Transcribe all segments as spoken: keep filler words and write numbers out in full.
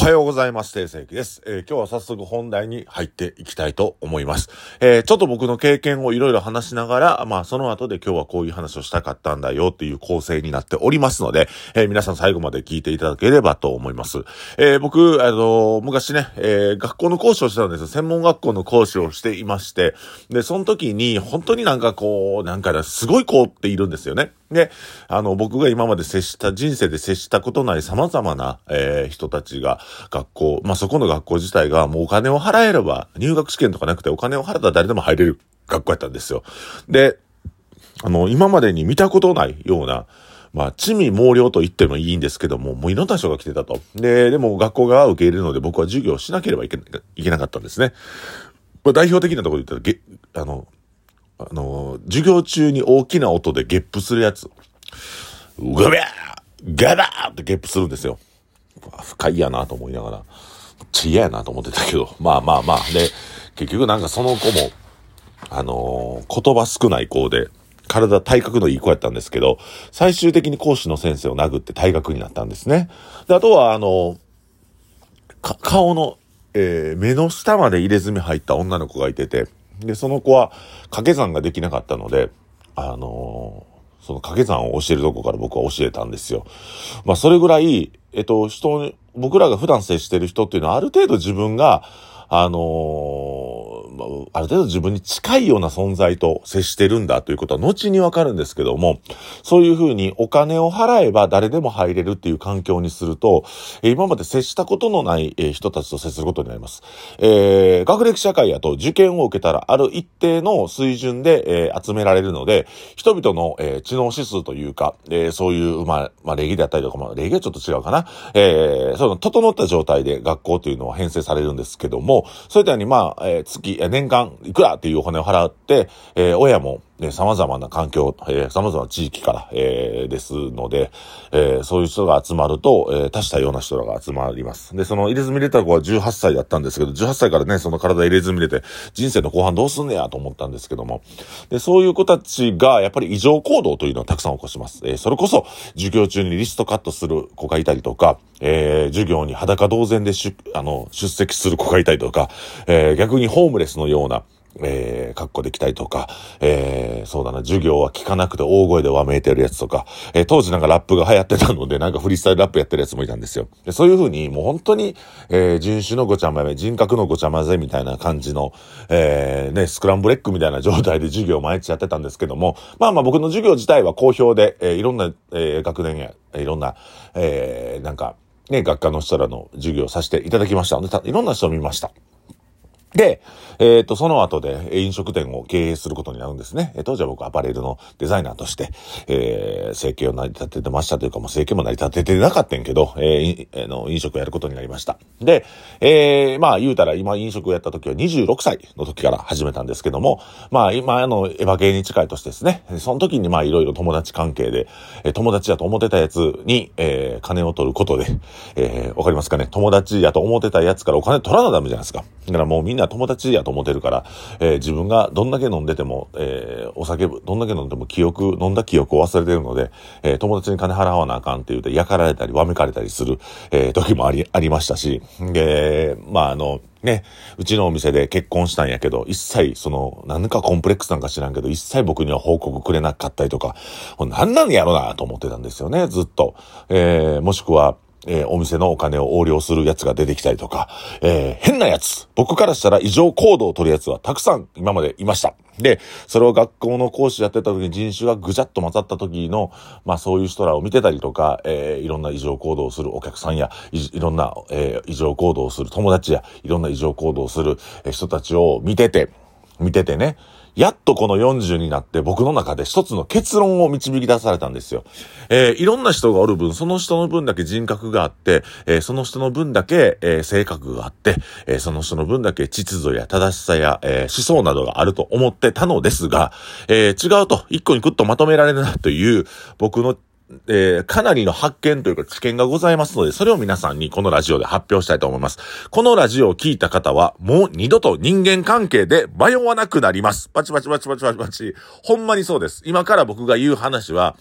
はようございます。定世紀です、えー。今日は早速本題に入っていきたいと思います。えー、ちょっと僕の経験をいろいろ話しながら、まあその後で今日はこういう話をしたかったんだよっていう構成になっておりますので、えー、皆さん最後まで聞いていただければと思います。えー、僕、あのー、昔ね、えー、学校の講師をしてたんですよ。専門学校の講師をしていまして、で、その時に本当になんかこう、なんかすごい子っているんですよね。で、あの、僕が今まで接した、人生で接したことない様々な、えー、人たちが、学校、まあ、そこの学校自体がもうお金を払えれば、入学試験とかなくてお金を払ったら誰でも入れる学校やったんですよ。で、あの、今までに見たことないような、まあ、地味猛量と言ってもいいんですけども、もういろんな人が来てたと。で、でも学校が受け入れるので僕は授業をしなければいけな、いけなかったんですね。まあ、代表的なところで言ったら、げ、あの、あの、授業中に大きな音でゲップするやつ。うがびゃーガバーってゲップするんですよ。不快やなと思いながら、ち嫌やなと思ってたけど、まあまあまあ。で、結局なんかその子も、あのー、言葉少ない子で、体体格のいい子やったんですけど、最終的に講師の先生を殴って退学になったんですね。で、あとはあのー、か顔の、えー、目の下まで入れ墨入った女の子がいてて、で、その子は掛け算ができなかったので、あのー、その掛け算を教えるとこから僕は教えたんですよ。まあ、それぐらい、えっと、人に、僕らが普段接してる人っていうのはある程度自分が、あのー、ある程度自分に近いような存在と接してるんだということは後にわかるんですけども、そういうふうにお金を払えば誰でも入れるっていう環境にすると、今まで接したことのない人たちと接することになります。えー、学歴社会やと受験を受けたらある一定の水準で、えー、集められるので、人々の、えー、知能指数というか、えー、そういう、まあ、まあ、礼儀であったりとか、まあ、礼儀はちょっと違うかな。えー、その整った状態で学校というのは編成されるんですけども、そういったように、まあ、えー、月、年間いくらっていうお金を払って、えー、親も、ね、様々な環境、えー、様々な地域から、えー、ですので、えー、そういう人が集まると、えー、多種多様な人らが集まります。で、その入れ墨入れた子はじゅうはっさいだったんですけど、じゅうはっさいからね、その体入れ墨入れて、人生の後半どうすんねやと思ったんですけども、で、そういう子たちが、やっぱり異常行動というのをたくさん起こします。えー、それこそ、授業中にリストカットする子がいたりとか、えー、授業に裸同然でしゅ、あの、出席する子がいたりとか、えー、逆にホームレスのような、えー、格好できたりとか、えー、そうだな、授業は聞かなくて大声でわめいてるやつとか、えー、当時なんかラップが流行ってたので、なんかフリースタイルラップやってるやつもいたんですよ。で、そういう風に、もう本当に、えー、人種のごちゃ混ぜ、人格のごちゃ混ぜみたいな感じの、えー、ね、スクランブルエッグみたいな状態で授業を毎日やってたんですけども、まあまあ僕の授業自体は好評で、えー、いろんな、えー、学年や、いろんな、えー、なんか、ね、学科の人らの授業をさせていただきました。で、いろんな人を見ました。で、えっと、その後で飲食店を経営することになるんですね。当時は僕アパレルのデザイナーとして、えー、生計を成り立ててましたというか、もう生計も成り立ててなかったんけど、えー、の飲食をやることになりました。で、えー、まあ言うたら今飲食をやった時はにじゅうろくさいの時から始めたんですけども、まあ今あのエヴァ系に近い年ですね。その時にまあいろいろ友達関係で、友達やと思ってたやつに、えー、金を取ることで、えー、わかりますかね。友達やと思ってたやつからお金取らなダメじゃないですか。だからもうみんな友達やと思ってるから、えー、自分がどんだけ飲んでても、えー、お酒どんだけ飲んでも記憶飲んだ記憶を忘れてるので、えー、友達に金払わなあかんって言うて焼かられたりわめかれたりする、えー、時もありありましたし、で、まああのね、うちのお店で結婚したんやけど、一切その何かコンプレックスなんか知らんけど、一切僕には報告くれなかったりとか、何なんやろなと思ってたんですよね、ずっと。えー、もしくはえー、お店のお金を横領するやつが出てきたりとか、えー、変なやつ、僕からしたら異常行動を取るやつはたくさん今までいました。で、それを学校の講師やってた時に人種がぐちゃっと混ざった時の、まあそういう人らを見てたりとか、えー、いろんな異常行動をするお客さんや、い, いろんな、えー、異常行動をする友達や、いろんな異常行動をする人たちを見てて、見ててね、やっとこのよんじゅうになって僕の中で一つの結論を導き出されたんですよ。えー、いろんな人がおる分、その人の分だけ人格があって、えー、その人の分だけ、えー、性格があって、えー、その人の分だけ秩序や正しさや、えー、思想などがあると思ってたのですが、えー、違うと、一個にグッとまとめられるなという僕のえー、かなりの発見というか知見がございますので、それを皆さんにこのラジオで発表したいと思います。このラジオを聞いた方は、もう二度と人間関係で迷わなくなります。パチパチパチパチパチパチ。ほんまにそうです。今から僕が言う話は、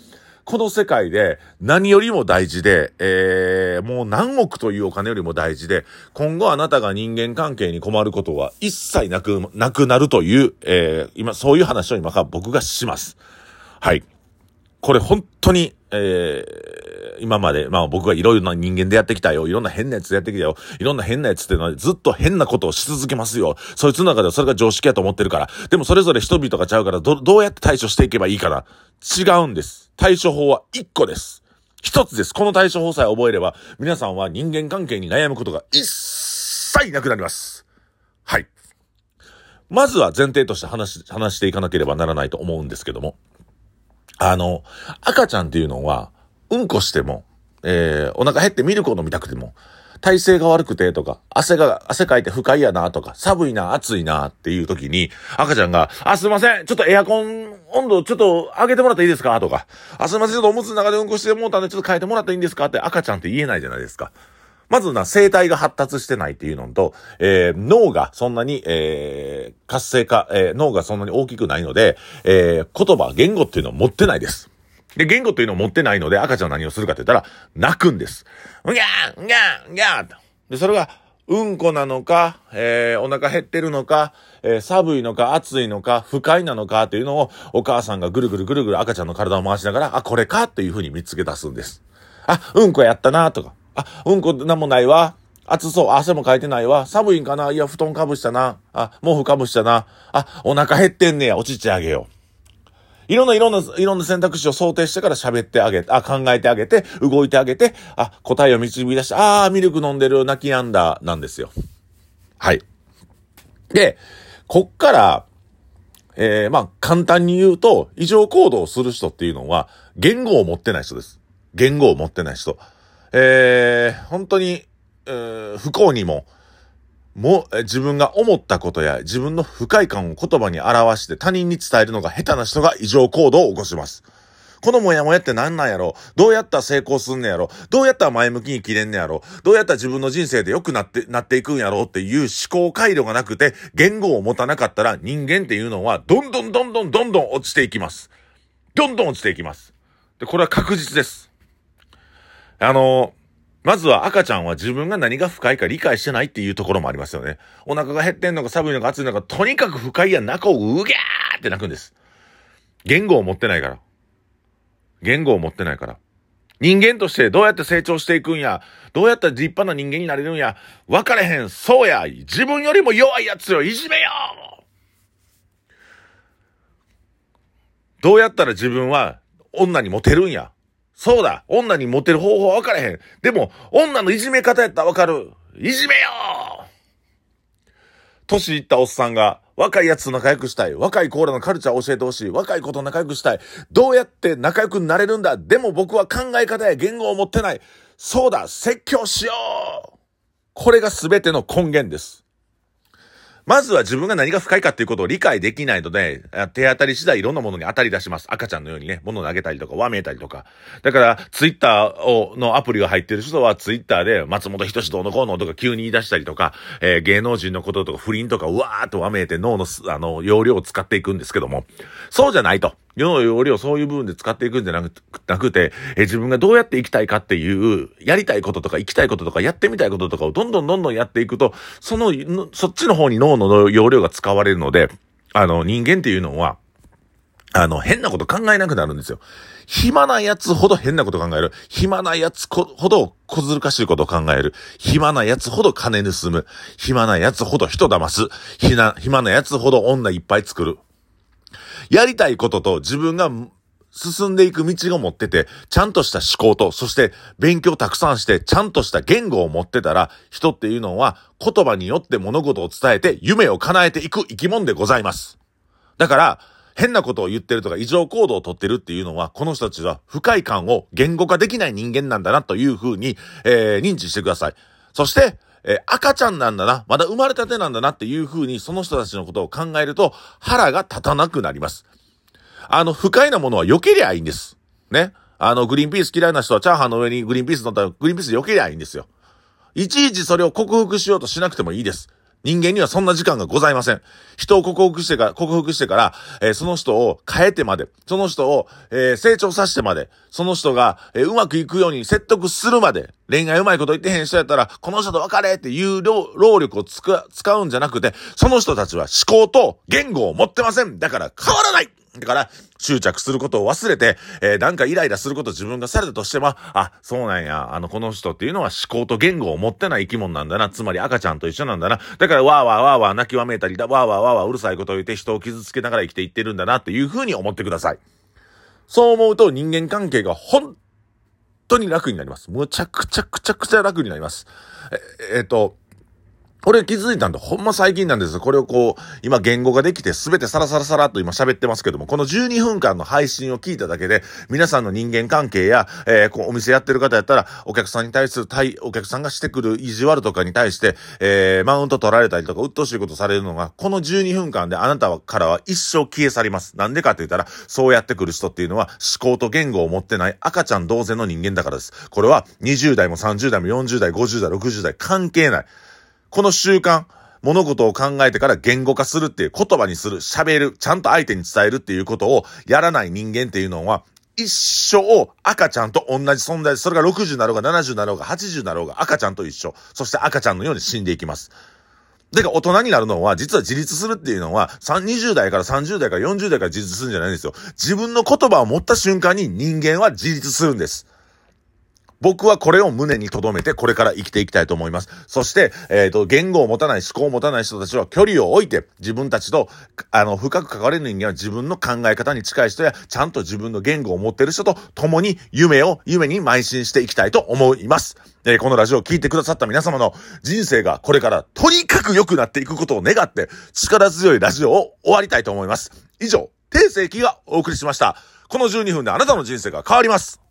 この世界で何よりも大事で、えー、もう何億というお金よりも大事で、今後あなたが人間関係に困ることは一切なく、なくなるという、えー、今、そういう話を今から僕がします。はい。これ本当に、えー、今まで、まあ僕がいろいろな人間でやってきたよ。いろんな変なやつでやってきたよ。いろんな変なやつっていうのはずっと変なことをし続けますよ。そいつの中ではそれが常識やと思ってるから。でもそれぞれ人々がちゃうから、ど、どうやって対処していけばいいかな。違うんです。対処法は一個です。一つです。この対処法さえ覚えれば、皆さんは人間関係に悩むことが一切なくなります。はい。まずは前提として話、話していかなければならないと思うんですけども。あの、赤ちゃんっていうのは、うんこしても、えー、お腹減ってミルクを飲みたくても、体勢が悪くてとか、汗が、汗かいて不快やなとか、寒いな、暑いなっていう時に、赤ちゃんが、あ、すいません、ちょっとエアコン温度ちょっと上げてもらっていいですかとか、あ、すいません、ちょっとおむつの中でうんこしてもうたんでちょっと変えてもらっていいんですかって赤ちゃんって言えないじゃないですか。まずな、声帯が発達してないっていうのと、えー、脳がそんなに、えー、活性化、えー、脳がそんなに大きくないので、えー、言葉、言語っていうのを持ってないです。で、言語というのを持ってないので、赤ちゃんは何をするかって言ったら、泣くんです。うぎゃーうぎゃーうぎゃーと。で、それが、うんこなのか、えー、お腹減ってるのか、えー、寒いのか、暑いのか、不快なのかっていうのを、お母さんがぐるぐるぐるぐる赤ちゃんの体を回しながら、あ、これかっていう風に見つけ出すんです。あ、うんこやったなとか、あ、うんこなんもないわ。暑そう。汗もかいてないわ。寒いんかな。いや、布団かぶしたな。あ、毛布かぶしたな。あ、お腹減ってんねや。おちちあげよう。いろんないろんな、いろんな選択肢を想定してから喋ってあげて、あ、考えてあげて、動いてあげて、あ、答えを導き出して、あー、ミルク飲んでる、泣きやんだ、なんですよ。はい。で、こっから、えー、まあ、簡単に言うと、異常行動をする人っていうのは、言語を持ってない人です。言語を持ってない人。えー、本当に、えー、不幸にも、も、自分が思ったことや自分の不快感を言葉に表して他人に伝えるのが下手な人が異常行動を起こします。このモヤモヤって何なんやろ？どうやったら成功すんねやろ？どうやったら前向きに切れんねやろ？どうやったら自分の人生で良くなって、なっていくんやろうっていう思考回路がなくて、言語を持たなかったら人間っていうのはどんどんどんどんどんどん落ちていきます。どんどん落ちていきます。で、これは確実です。あのー、まずは赤ちゃんは自分が何が不快か理解してないっていうところもありますよね。お腹が減ってんのか寒いのか暑いのか、とにかく不快や中をうぎゃーって泣くんです。言語を持ってないから。言語を持ってないから。人間としてどうやって成長していくんや、どうやったら立派な人間になれるんや、分かれへん、そうや、自分よりも弱いやつよ、いじめよ。どうやったら自分は女にモテるんや。そうだ、女にモテる方法は分からへん。でも、女のいじめ方やったら分かる。いじめよー。年いったおっさんが、若いやつと仲良くしたい。若いコーラのカルチャーを教えてほしい。若い子と仲良くしたい。どうやって仲良くなれるんだ。でも僕は考え方や言語を持ってない。そうだ、説教しよう。これが全ての根源です。まずは自分が何が不快かっていうことを理解できないので、手当たり次第いろんなものに当たり出します。赤ちゃんのようにね、物を投げたりとか、わめいたりとか。だから、ツイッターを、のアプリが入ってる人は、ツイッターで、松本人志どうのこうのとか急に言い出したりとか、えー、芸能人のこととか、不倫とか、うわーっとわめいて脳の、あの、容量を使っていくんですけども、そうじゃないと。世の容量をそういう部分で使っていくんじゃなく、なくて、えー、自分がどうやって生きたいかっていう、やりたいこととか、生きたいこととか、やってみたいこととかをどんどんどんどんやっていくと、その、そっちの方に脳の容量が使われるので、あの、人間っていうのは、あの、変なこと考えなくなるんですよ。暇なやつほど変なこと考える。暇なやつほど小ずるかしいことを考える。暇なやつほど金盗む。暇なやつほど人騙す。ひな、暇なやつほど女いっぱい作る。やりたいことと自分が進んでいく道を持ってて、ちゃんとした思考と、そして勉強たくさんして、ちゃんとした言語を持ってたら、人っていうのは言葉によって物事を伝えて夢を叶えていく生き物でございます。だから、変なことを言ってるとか異常行動をとってるっていうのは、この人たちは不快感を言語化できない人間なんだなというふうに、えー、認知してください。そして、えー、赤ちゃんなんだな、まだ生まれたてなんだなっていうふうに、その人たちのことを考えると、腹が立たなくなります。あの、不快なものは避けりゃいいんです。ね。あの、グリーンピース嫌いな人はチャーハンの上にグリーンピース乗ったらグリーンピース避けりゃいいんですよ。いちいちそれを克服しようとしなくてもいいです。 人間にはそんな時間がございません。人を克服してから、克服してから、えー、その人を変えてまで、その人を、えー、成長させてまで、その人が、えー、うまくいくように説得するまで、恋愛うまいこと言ってへん人やったら、この人と別れっていう労労力をつく、使うんじゃなくて、その人たちは思考と言語を持ってません。だから変わらない。だから、執着することを忘れて、えー、なんかイライラすることを自分がされたとしても、あ、そうなんや、あの、この人っていうのは思考と言語を持ってない生き物なんだな。つまり赤ちゃんと一緒なんだな。だから、わーわーわーわー泣きわめいたりだ、わーわーわーわーうるさいことを言って人を傷つけながら生きていってるんだなっていうふうに思ってください。そう思うと人間関係が本当に楽になります。むちゃくちゃくちゃくちゃ楽になります。え、えっと、これ気づいたんで、ほんま最近なんです。これをこう、今言語ができてすべてサラサラサラっと今喋ってますけども、このじゅうにふんかんの配信を聞いただけで、皆さんの人間関係や、えー、こうお店やってる方やったら、お客さんに対する対、お客さんがしてくる意地悪とかに対して、えー、マウント取られたりとか、鬱陶しいことされるのが、このじゅうにふんかんであなたからは一生消え去ります。なんでかって言ったら、そうやってくる人っていうのは、思考と言語を持ってない赤ちゃん同然の人間だからです。これはにじゅうだいもさんじゅうだいもよんじゅうだい、ごじゅうだい、ろくじゅうだい関係ない。この習慣、物事を考えてから言語化するっていう言葉にする、喋る、ちゃんと相手に伝えるっていうことをやらない人間っていうのは、一生赤ちゃんと同じ存在、それがろくじゅうなろうがななじゅうなろうがはちじゅうなろうが赤ちゃんと一緒。そして赤ちゃんのように死んでいきます。だから大人になるのは、実は自立するっていうのは、にじゅうだいからさんじゅうだいからよんじゅうだいから自立するんじゃないんですよ。自分の言葉を持った瞬間に人間は自立するんです。僕はこれを胸に留めてこれから生きていきたいと思います。そして、えっと、言語を持たない、思考を持たない人たちは距離を置いて、自分たちと、あの、深く関われる人間は自分の考え方に近い人や、ちゃんと自分の言語を持っている人と共に夢を、夢に邁進していきたいと思います。えー、このラジオを聞いてくださった皆様の人生がこれからとにかく良くなっていくことを願って、力強いラジオを終わりたいと思います。以上、定世紀がお送りしました。このじゅうにふんであなたの人生が変わります。